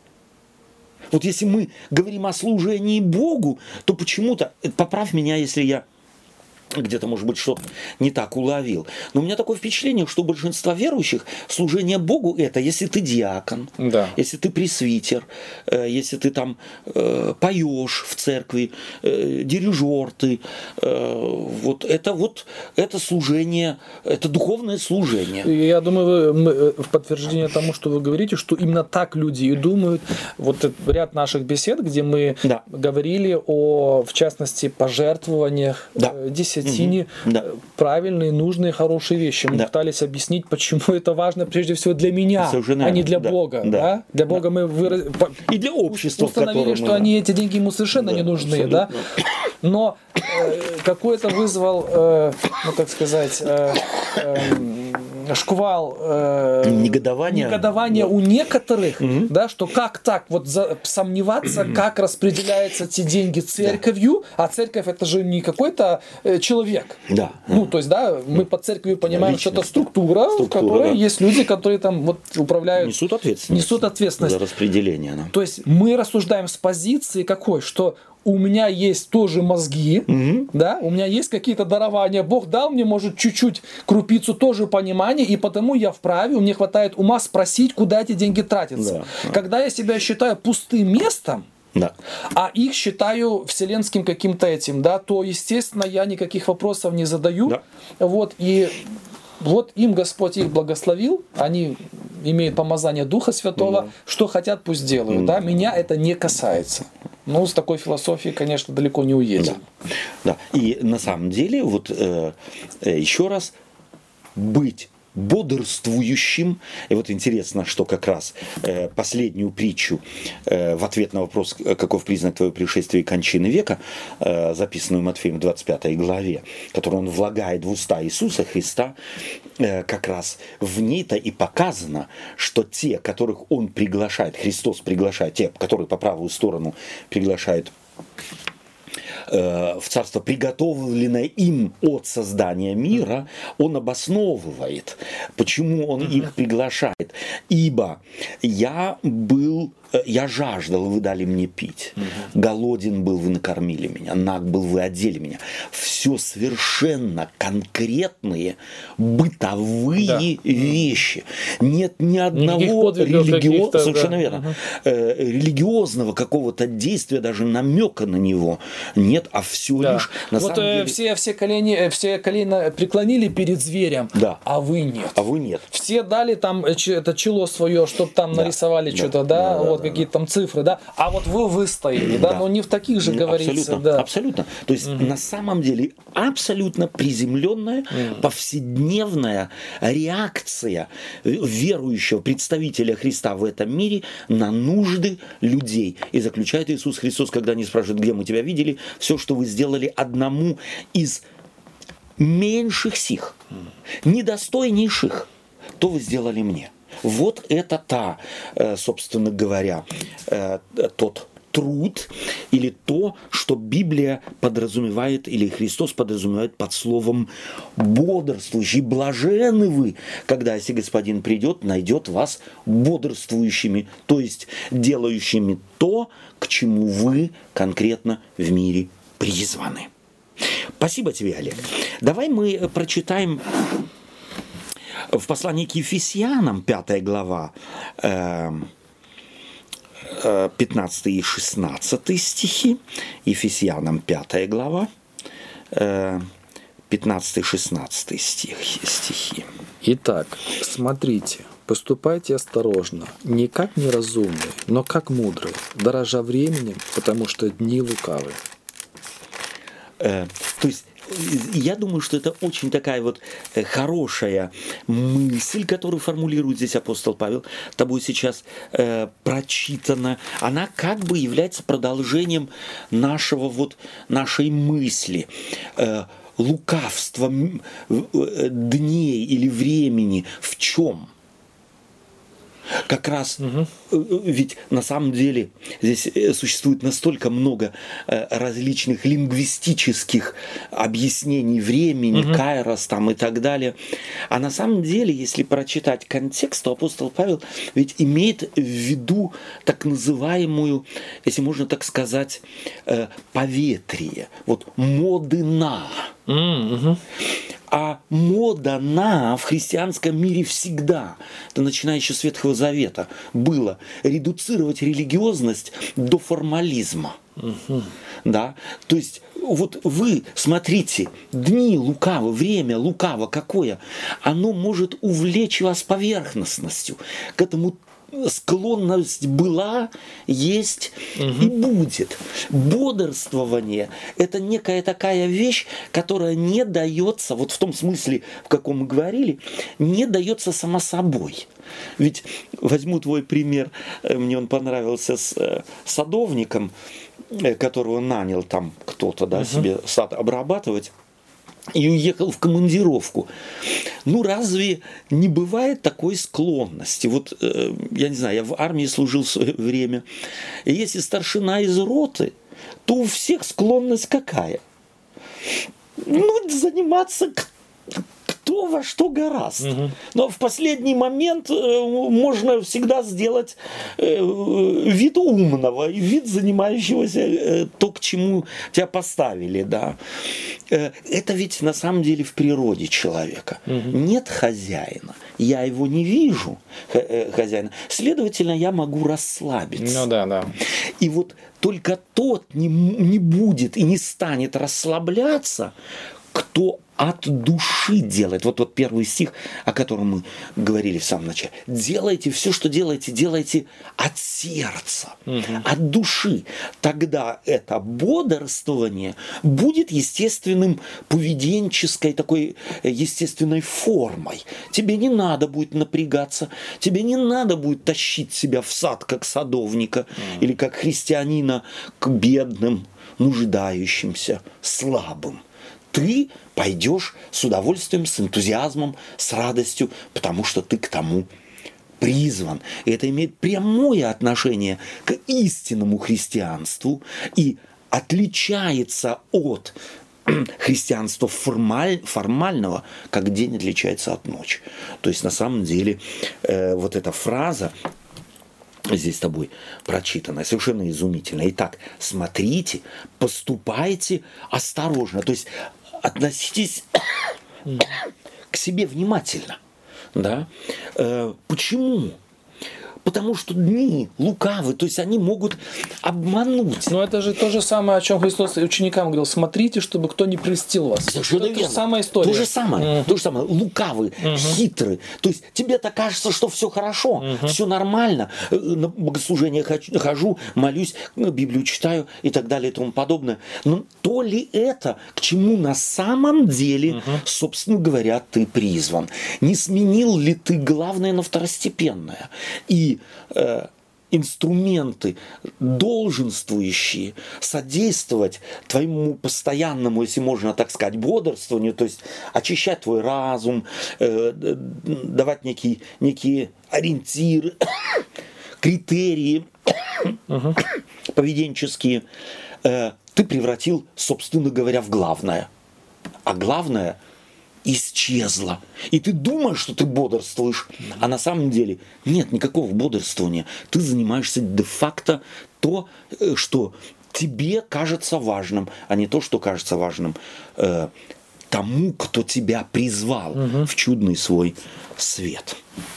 Вот если мы говорим о служении Богу, то почему-то, поправь меня, если я где-то, может быть, что-то не так уловил, но у меня такое впечатление, что у большинства верующих служение Богу это, если ты диакон, да. если ты пресвитер, если ты там э, поешь в церкви, э, дирижер ты, э, вот это вот это служение, это духовное служение. Я думаю, мы, в подтверждение тому, что вы говорите, что именно так люди и думают. Вот ряд наших бесед, где мы да. говорили о, в частности, пожертвованиях, да. десятине, угу. да. правильные, нужные, хорошие вещи. Мы да. пытались объяснить, почему это важно прежде всего для меня, совершенно а не для да. Бога. Да. Да? Для Бога да. мы выраз... и для общества, установили, что мы... они, эти деньги ему совершенно да. не нужны. Да? Но э, какой-то вызвал, э, ну так сказать, э, э, шквал э, негодования, негодования да. у некоторых, угу. да, что как так вот за, сомневаться, как распределяются те деньги церковью, да. а церковь это же не какой-то э, человек. Да. Ну, то есть, да, мы под церковью понимаем, да, что это структура, структура в которой да. есть люди, которые там вот управляют, несут ответственность, несут ответственность за распределение. Да. То есть мы рассуждаем с позиции какой, что у меня есть тоже мозги, угу. да, у меня есть какие-то дарования, Бог дал мне, может, чуть-чуть крупицу тоже понимания, и потому я вправе, мне хватает ума спросить, куда эти деньги тратятся. Да. Когда я себя считаю пустым местом, да. а их считаю вселенским каким-то этим, да, то, естественно, я никаких вопросов не задаю, да. вот, и вот им Господь их благословил, они имеют помазание Духа Святого, да. что хотят, пусть делают, да. да, меня это не касается. Ну, с такой философией, конечно, далеко не уедем. Да, да. И на самом деле, вот э, еще раз, быть бодрствующим. И вот интересно, что как раз э, последнюю притчу э, в ответ на вопрос, каков признак твоего пришествия и кончины века, э, записанную Матфеем в двадцать пятой главе, которую он влагает в уста Иисуса Христа, э, как раз в ней-то и показано, что те, которых он приглашает, Христос приглашает, те, которые по правую сторону приглашают в царство, приготовленное им от создания мира, он обосновывает, почему он их приглашает. Ибо я был, я жаждал, вы дали мне пить. Голоден был, вы накормили меня. Наг был, вы одели меня. Все совершенно конкретные бытовые да. вещи. Нет ни одного религиозного, совершенно да. верно, угу. религиозного какого-то действия, даже намека на него нет, а все да. лишь на вот самом э, деле... все, все, колени, все колени преклонили перед зверем, да. а вы нет. А вы нет. Все дали там это чело свое, чтобы там да. нарисовали да. что-то, да, да, вот да, какие-то да. там цифры, да, а вот вы выстояли, да, да. но не в таких же, говорится. Абсолютно, да. абсолютно. То есть угу. на самом деле абсолютно приземленная, угу. повседневная реакция верующего представителя Христа в этом мире на нужды людей. И заключает Иисус Христос, когда они спрашивают, где мы тебя видели, все, что вы сделали одному из меньших сих, недостойнейших, то вы сделали мне. Вот это та, собственно говоря, тот труд или то, что Библия подразумевает, или Христос подразумевает под словом бодрствующий. Блаженны вы, когда, если Господин придет, найдет вас бодрствующими, то есть делающими то, к чему вы конкретно в мире призваны. Спасибо тебе, Олег. Давай мы прочитаем в послании к Ефесянам, пятая глава, пятнадцатый и шестнадцатый стихи. Ефесянам, пятая глава, пятнадцатый и шестнадцатый стихи. Итак, смотрите, поступайте осторожно, не как неразумные, но как мудрые, дорожа временем, потому что дни лукавы. То есть, я думаю, что это очень такая вот хорошая мысль, которую формулирует здесь апостол Павел, тобой сейчас э, прочитана. Она как бы является продолжением нашего вот, нашей мысли. Э, лукавство дней или времени в чем? Как раз, угу. ведь на самом деле здесь существует настолько много различных лингвистических объяснений времени, угу. кайрос там и так далее. А на самом деле, если прочитать контекст, то апостол Павел ведь имеет в виду так называемую, если можно так сказать, поветрие, вот моды на. Угу. А мода на в христианском мире всегда, это начиная еще с Ветхого Завета, было редуцировать религиозность до формализма. Угу. Да? То есть вот вы смотрите, дни лукаво, время лукаво какое, оно может увлечь вас поверхностностью, к этому склонность была, есть угу. и будет. Бодрствование – это некая такая вещь, которая не дается, вот в том смысле, в каком мы говорили, не дается само собой. Ведь возьму твой пример, мне он понравился с садовником, которого нанял там кто-то, да, угу. себе сад обрабатывать. И уехал в командировку. Ну, разве не бывает такой склонности? Вот, э, я не знаю, я в армии служил в свое время. И если старшина из роты, то у всех склонность какая? Ну, заниматься кто во что гораст. Угу. Но в последний момент э, можно всегда сделать э, вид умного и вид занимающегося э, то, к чему тебя поставили. Да. Э, это ведь на самом деле в природе человека. Угу. Нет хозяина. Я его не вижу, хозяина. Следовательно, я могу расслабиться. Ну да, да. И вот только тот не, не будет и не станет расслабляться, кто от души делает. Вот тот первый стих, о котором мы говорили в самом начале. Делайте все, что делаете, делайте от сердца, угу. от души. Тогда это бодрствование будет естественным, поведенческой такой естественной формой. Тебе не надо будет напрягаться, тебе не надо будет тащить себя в сад, как садовника, угу. или как христианина к бедным, нуждающимся, слабым. Ты пойдешь с удовольствием, с энтузиазмом, с радостью, потому что ты к тому призван. И это имеет прямое отношение к истинному христианству и отличается от христианства формаль, формального, как день отличается от ночи. То есть на самом деле э, вот эта фраза здесь с тобой прочитанная, совершенно изумительная. Итак, смотрите, поступайте осторожно. То есть относитесь к себе внимательно. Да? Э, почему? Потому что дни лукавы, то есть они могут обмануть. Но это же то же самое, о чем Христос ученикам говорил. Смотрите, чтобы кто не прельстил вас. Совершенно это верно. Та самая история. То же самое, угу. то же самое. Лукавы, угу. хитрые. То есть тебе-то кажется, что все хорошо, угу. все нормально. На богослужение хожу, молюсь, Библию читаю и так далее и тому подобное. Но то ли это, к чему на самом деле, угу. собственно говоря, ты призван? Не сменил ли ты главное на второстепенное? И Э, инструменты, долженствующие содействовать твоему постоянному, если можно так сказать, бодрствованию, то есть очищать твой разум, э, давать некие, некие ориентиры, критерии uh-huh. поведенческие, э, ты превратил, собственно говоря, в главное. А главное исчезла. И ты думаешь, что ты бодрствуешь, а на самом деле нет никакого бодрствования. Ты занимаешься де-факто то, что тебе кажется важным, а не то, что кажется важным э, тому, кто тебя призвал угу. в чудный свой свет.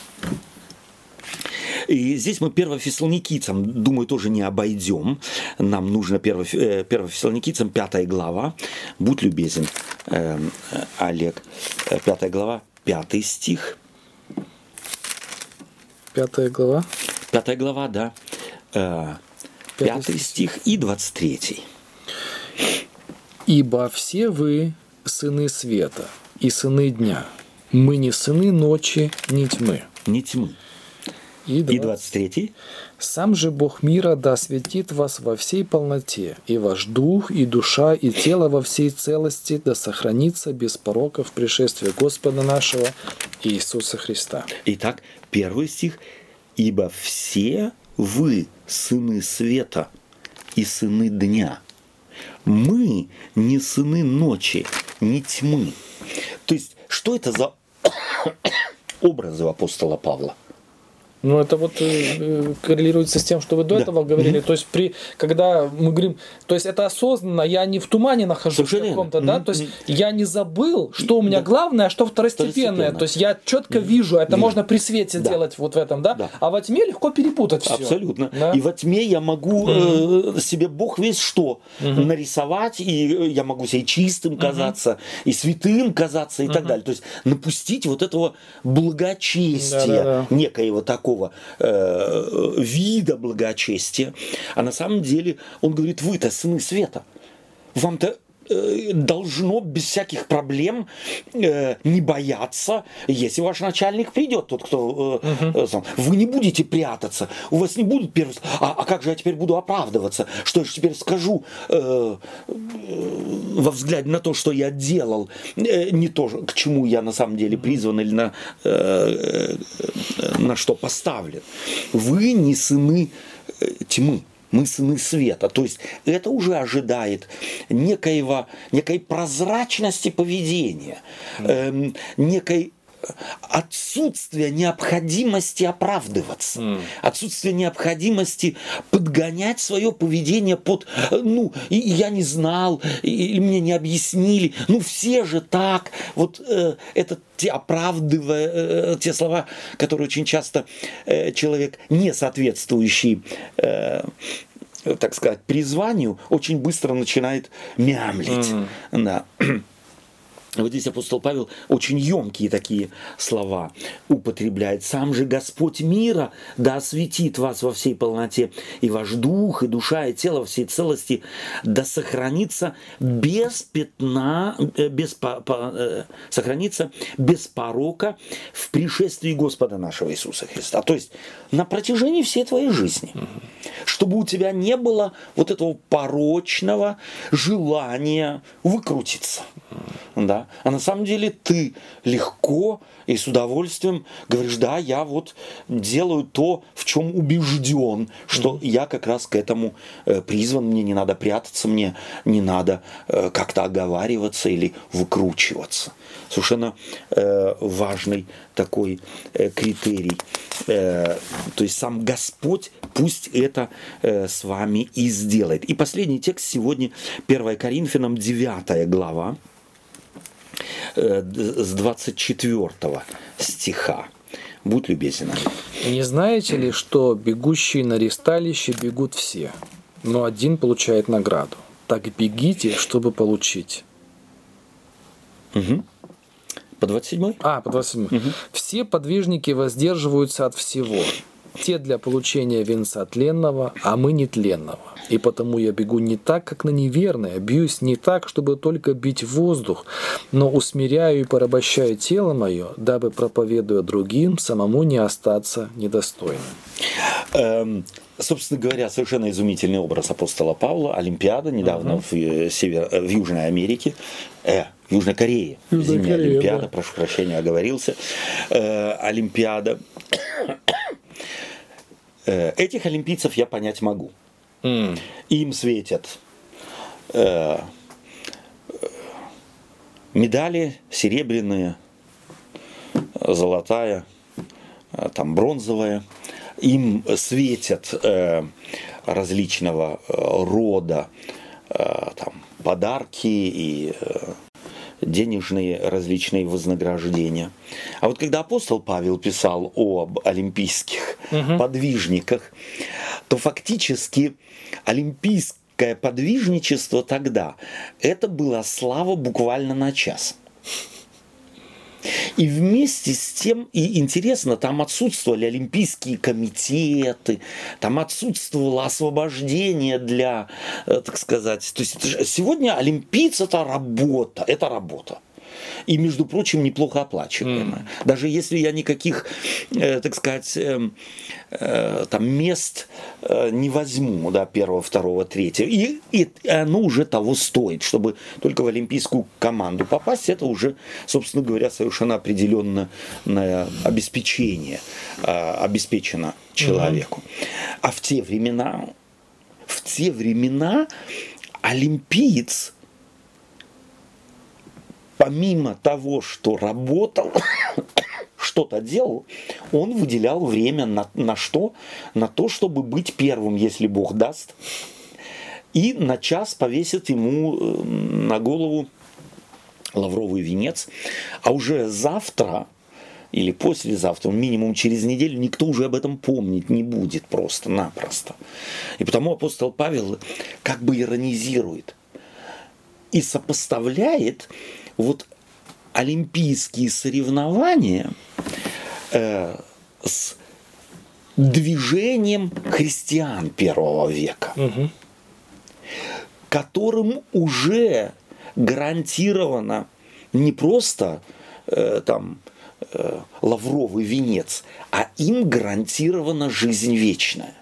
И здесь мы Первофессалоникийцам, думаю, тоже не обойдем. Нам нужно Первофессалоникийцам пятая глава. Будь любезен, э, Олег. Пятая глава, пятый стих. Пятая глава? Пятая глава, да. Э, пятый стих и двадцать третий. «Ибо все вы сыны света и сыны дня. Мы не сыны ночи, ни тьмы». Не тьмы. И двадцать третий. «Сам же Бог мира да осветит вас во всей полноте, и ваш дух, и душа, и тело во всей целости да сохранится без порока в пришествии Господа нашего Иисуса Христа». Итак, первый стих. «Ибо все вы сыны света и сыны дня. Мы не сыны ночи, не тьмы». То есть, что это за образы апостола Павла? Ну, это вот э, коррелируется с тем, что вы до да. этого говорили. Mm-hmm. То есть, при, когда мы говорим, то есть это осознанно, я не в тумане нахожусь в каком-то, mm-hmm. да, то есть я не забыл, что у меня да. главное, а что второстепенное. второстепенное. То есть я четко mm-hmm. вижу, это mm-hmm. можно при свете да. делать вот в этом, да? да, а во тьме легко перепутать все. Абсолютно. Да? И во тьме я могу mm-hmm. э, себе Бог весь что mm-hmm. нарисовать, и я могу себе чистым казаться, mm-hmm. и святым казаться, и mm-hmm. так далее. То есть напустить вот этого благочестия, да-да-да. некоего такого Э, вида благочестия, а на самом деле он говорит, вы-то сыны света, вам-то э, должно без всяких проблем э, не бояться, если ваш начальник придет, тот, кто э, угу. э, вы не будете прятаться, у вас не будут первые, а, а как же я теперь буду оправдываться, что я же теперь скажу э, э, во взгляде на то, что я делал, э, не то, к чему я на самом деле призван или на э, на что поставлен. Вы не сыны тьмы, мы сыны света. То есть это уже ожидает некоего, некой прозрачности поведения, э, некой отсутствие необходимости оправдываться, mm. отсутствие необходимости подгонять свое поведение под, ну, и, и я не знал, или мне не объяснили, ну, все же так, вот э, это те оправдывая, э, те слова, которые очень часто э, человек, не соответствующий э, так сказать, призванию, очень быстро начинает мямлить. Mm. Да. Вот здесь апостол Павел очень емкие такие слова употребляет. «Сам же Господь мира да осветит вас во всей полноте, и ваш дух, и душа, и тело во всей целости да сохранится без пятна, без, по, по, сохранится без порока в пришествии Господа нашего Иисуса Христа». То есть на протяжении всей твоей жизни, чтобы у тебя не было вот этого порочного желания выкрутиться. Да? А на самом деле ты легко и с удовольствием говоришь, да, я вот делаю то, в чем убежден, что mm-hmm. я как раз к этому э, призван, мне не надо прятаться, мне не надо э, как-то оговариваться или выкручиваться. Совершенно э, важный такой э, критерий. Э, то есть сам Господь пусть это э, с вами и сделает. И последний текст сегодня, первое Коринфянам, девятая глава, э, с двадцать четвёртого стиха. Будь любезен. Не знаете ли, что бегущие на ристалище бегут все, но один получает награду? Так бегите, чтобы получить. Угу. По двадцать седьмой? А, по двадцать седьмой. Угу. Все подвижники воздерживаются от всего. Те для получения венца тленного, а мы нетленного. И потому я бегу не так, как на неверное, бьюсь не так, чтобы только бить воздух, но усмиряю и порабощаю тело мое, дабы, проповедуя другим, самому не остаться недостойным. Эм, собственно говоря, совершенно изумительный образ апостола Павла. Олимпиада недавно uh-huh. в, север, в Южной Америке. Э, в Южной Корее. Южная Зимняя Корея, Олимпиада, да. прошу прощения, оговорился. Э, Олимпиада. э, этих олимпийцев я понять могу. Mm. Им светят э, медали серебряные, золотая, там бронзовая. Им светят э, различного рода э, там, подарки и э, денежные различные вознаграждения. А вот когда апостол Павел писал об олимпийских угу. подвижниках, то фактически олимпийское подвижничество тогда это была слава буквально на час. И вместе с тем, и интересно, там отсутствовали олимпийские комитеты, там отсутствовало освобождение для, так сказать, то есть сегодня олимпийцы это работа, это работа. И, между прочим, неплохо оплачиваемая. Mm. Даже если я никаких, э, так сказать, э, э, там мест э, не возьму, да, первого, второго, третьего, и, и оно уже того стоит, чтобы только в олимпийскую команду попасть, это уже, собственно говоря, совершенно определенное обеспечение, э, обеспечено человеку. Mm-hmm. А в те времена, в те времена олимпиец, помимо того, что работал, что-то делал, он выделял время на, на что? На то, чтобы быть первым, если Бог даст. И на час повесит ему на голову лавровый венец. А уже завтра или послезавтра, минимум через неделю, никто уже об этом помнить не будет просто-напросто. И потому апостол Павел как бы иронизирует и сопоставляет вот олимпийские соревнования э, с движением христиан первого века, угу. которым уже гарантировано не просто э, там э, лавровый венец, а им гарантирована жизнь вечная.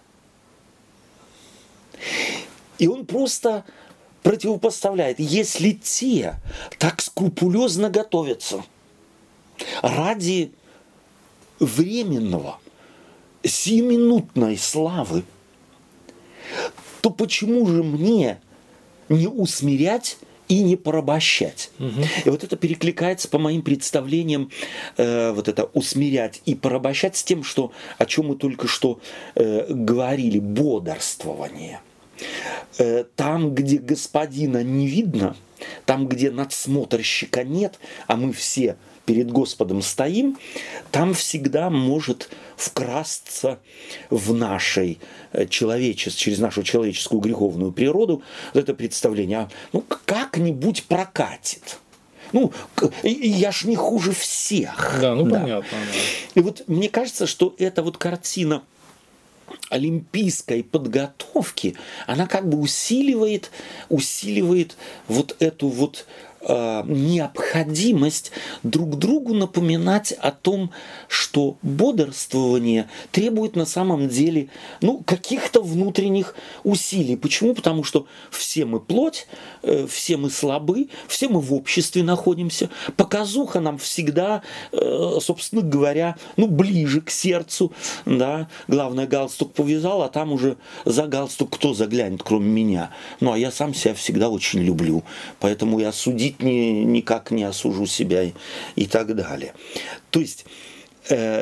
И он просто противопоставляет, если те так скрупулезно готовятся ради временного, сиюминутной славы, то почему же мне не усмирять и не порабощать? Угу. И вот это перекликается по моим представлениям, э, вот это усмирять и порабощать с тем, что, о чем мы только что э, говорили, бодрствование. Там, где господина не видно, там, где надсмотрщика нет, а мы все перед Господом стоим, там всегда может вкрасться в нашей человечестве, через нашу человеческую греховную природу вот это представление, а, ну, как-нибудь прокатит. Ну, я ж не хуже всех. Да, ну да. Понятно. Да. И вот мне кажется, что эта вот картина олимпийской подготовки, она как бы усиливает, усиливает вот эту вот э, необходимость друг другу напоминать о том, что бодрствование требует на самом деле ну, каких-то внутренних усилий. Почему? Потому что все мы плоть, э, все мы слабы, все мы в обществе находимся. Показуха нам всегда, э, собственно говоря, ну, ближе к сердцу. Да? Главное, галстук повязал, а там уже за галстук кто заглянет, кроме меня. Ну, а я сам себя всегда очень люблю. Поэтому я судить ни, никак не осужу себя и, и так далее. То есть э,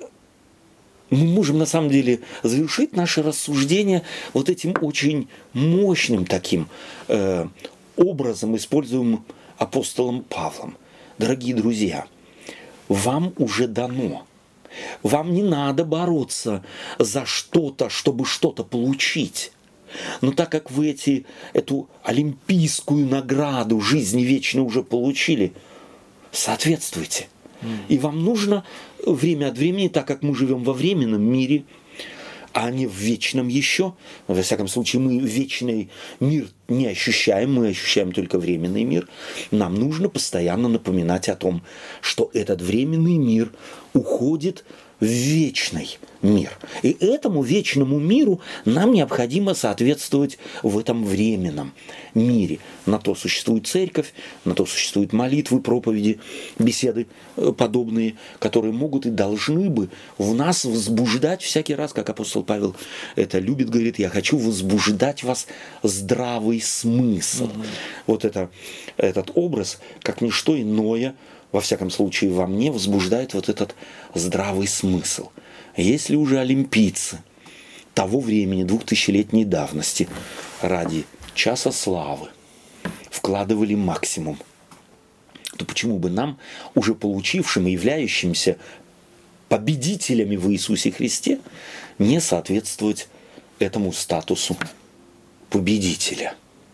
мы можем на самом деле завершить наше рассуждение вот этим очень мощным таким э, образом, используемым апостолом Павлом. Дорогие друзья, вам уже дано. Вам не надо бороться за что-то, чтобы что-то получить. Но так как вы эти, эту олимпийскую награду жизни вечной уже получили, соответствуйте. Mm. И вам нужно время от времени, так как мы живем во временном мире, а не в вечном еще, во всяком случае мы вечный мир не ощущаем, мы ощущаем только временный мир, нам нужно постоянно напоминать о том, что этот временный мир уходит в вечный мир. И этому вечному миру нам необходимо соответствовать в этом временном мире. На то существует церковь, на то существуют молитвы, проповеди, беседы подобные, которые могут и должны бы в нас возбуждать всякий раз, как апостол Павел это любит, говорит, я хочу возбуждать вас здравый смысл. Mm-hmm. Вот это, этот образ, как ничто иное, во всяком случае, во мне возбуждает вот этот здравый смысл. Если уже олимпийцы того времени, двухтысячелетней давности, ради часа славы вкладывали максимум, то почему бы нам, уже получившим и являющимся победителями в Иисусе Христе, не соответствовать этому статусу победителя?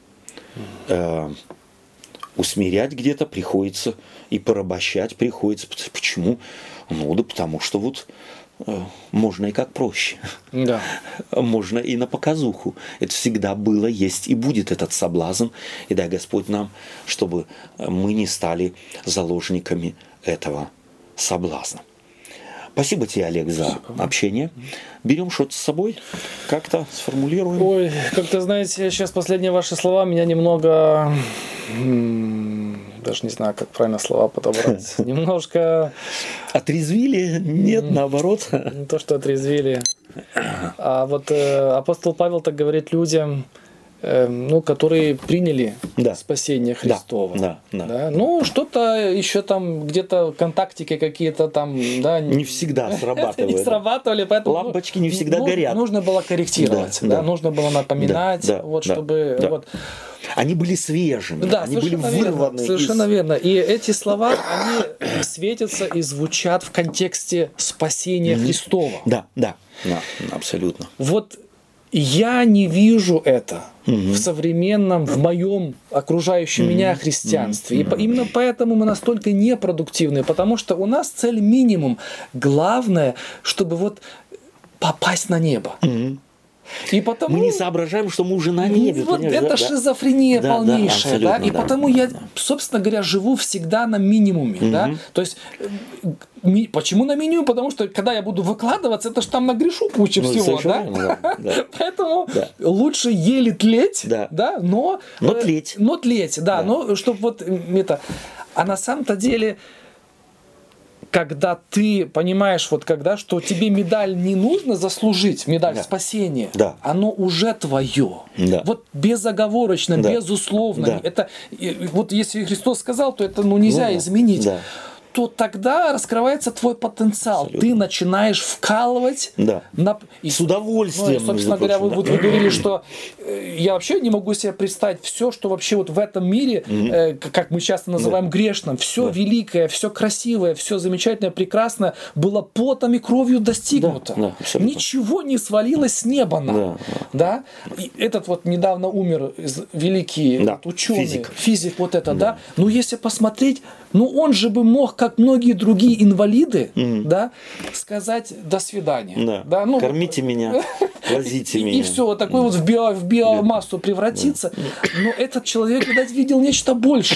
Э, усмирять где-то приходится и порабощать приходится. Почему? Ну да потому что вот э, можно и как проще. Да. Можно и на показуху. Это всегда было, есть и будет этот соблазн. И дай Господь нам, чтобы мы не стали заложниками этого соблазна. Спасибо тебе, Олег, за общение. Берем что-то с собой, как-то сформулируем. Ой, как-то, знаете, сейчас последние ваши слова меня немного... Даже не знаю, как правильно слова подобрать. Немножко... Отрезвили? Нет, наоборот. Не то, что отрезвили. А вот э, апостол Павел так говорит людям, э, ну, которые приняли да. спасение Христово. Да, да, да. Да? Ну, что-то еще там, где-то контактики какие-то там... Да, не всегда срабатывали. Не срабатывали, поэтому... Лампочки не всегда ну, горят. Нужно было корректировать, да, да. Да, нужно было напоминать, да, вот, да, чтобы... Да. Вот, они были свежими, да, они были вырваны. Верно, совершенно из... верно. И эти слова, они светятся и звучат в контексте спасения mm-hmm. Христова. Да, да, да, абсолютно. Вот я не вижу это mm-hmm. в современном, в моем окружающем mm-hmm. меня христианстве. Mm-hmm. И именно поэтому мы настолько непродуктивны, потому что у нас цель минимум. Главное, чтобы вот попасть на небо. Mm-hmm. И потому... Мы не соображаем, что мы уже на небе. Вот это да, шизофрения да, полнейшая. Да, да, и да, потому да, я, да. собственно говоря, живу всегда на минимуме. Угу. Да? То есть, ми... почему на минимуме? Потому что, когда я буду выкладываться, это же там нагрешу кучу ну, всего. Да? Да, да. Поэтому да. лучше еле тлеть, да. Да, но... Но тлеть. Но тлеть, да. да. Но чтобы вот это... А на самом-то деле... Когда ты понимаешь, вот когда, что тебе медаль не нужно заслужить, медаль да. спасения, да. оно уже твое. Да. Вот безоговорочно, да. безусловно. Да. Это, вот если Христос сказал, то это ну, нельзя ну, изменить. Да. То тогда раскрывается твой потенциал. Абсолютно. Ты начинаешь вкалывать. Да. На... И, с удовольствием. Ну, собственно говоря, вы, да. вы, вы говорили, что э, я вообще не могу себе представить все, что вообще вот в этом мире, mm-hmm. э, как мы часто называем да. грешным, все да. великое, все красивое, все замечательное, прекрасное было потом и кровью достигнуто. Да. Да, ничего не свалилось с неба нам. Да. Да? И этот вот недавно умер великий да. вот, ученый, физик. физик вот это, да. да. Ну, если посмотреть, ну он же бы мог, как многие другие инвалиды, mm-hmm. да, сказать до свидания. Да. Да, ну, кормите меня, возите и, меня. И все, вот такой mm-hmm. вот в, био, в биомассу превратиться. Mm-hmm. Но этот человек, видать, видел нечто большее.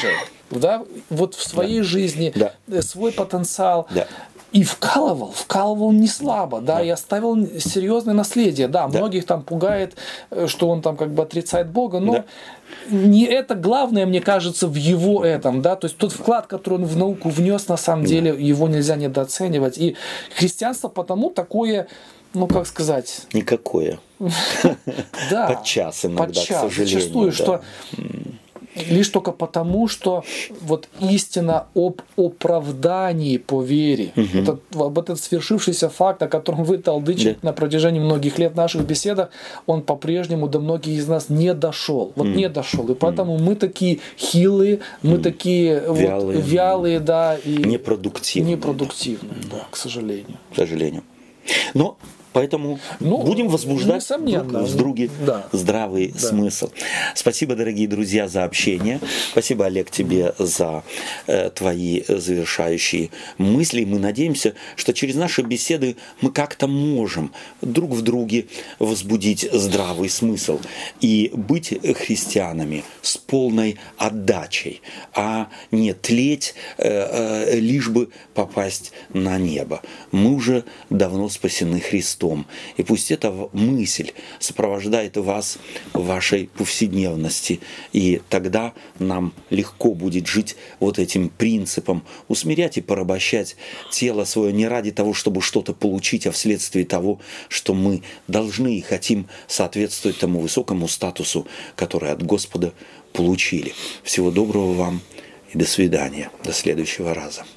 да, вот в своей да. жизни да. свой потенциал. Да. И вкалывал, вкалывал не слабо, да, да. и оставил серьезное наследие. Да, да. многих там пугает, что он там как бы отрицает Бога, но да. не это главное, мне кажется, в его этом, да, то есть тот вклад, который он в науку внес, на самом да. деле, его нельзя недооценивать. И христианство потому такое, ну как сказать... Никакое. Да. Подчас иногда, к сожалению. Зачастую, что... Лишь только потому, что вот истина об оправдании по вере, угу. этот, об этот свершившийся факт, о котором вы толдычите да. на протяжении многих лет в наших беседах, он по-прежнему до многих из нас не дошел. Вот mm. не дошел. И поэтому mm. мы такие хилые, мы mm. такие вялые, вот, вялые да, и непродуктивные. Непродуктивные, да. да, к сожалению. К сожалению. Но поэтому ну, будем возбуждать друг в друге да. здравый да. смысл. Спасибо, дорогие друзья, за общение. Спасибо, Олег, тебе за э, твои завершающие мысли. Мы надеемся, что через наши беседы мы как-то можем друг в друге возбудить здравый смысл и быть христианами с полной отдачей, а не тлеть, э, э, лишь бы попасть на небо. Мы уже давно спасены Христом. И пусть эта мысль сопровождает вас в вашей повседневности. И тогда нам легко будет жить вот этим принципом, усмирять и порабощать тело свое не ради того, чтобы что-то получить, а вследствие того, что мы должны и хотим соответствовать тому высокому статусу, который от Господа получили. Всего доброго вам и до свидания. До следующего раза.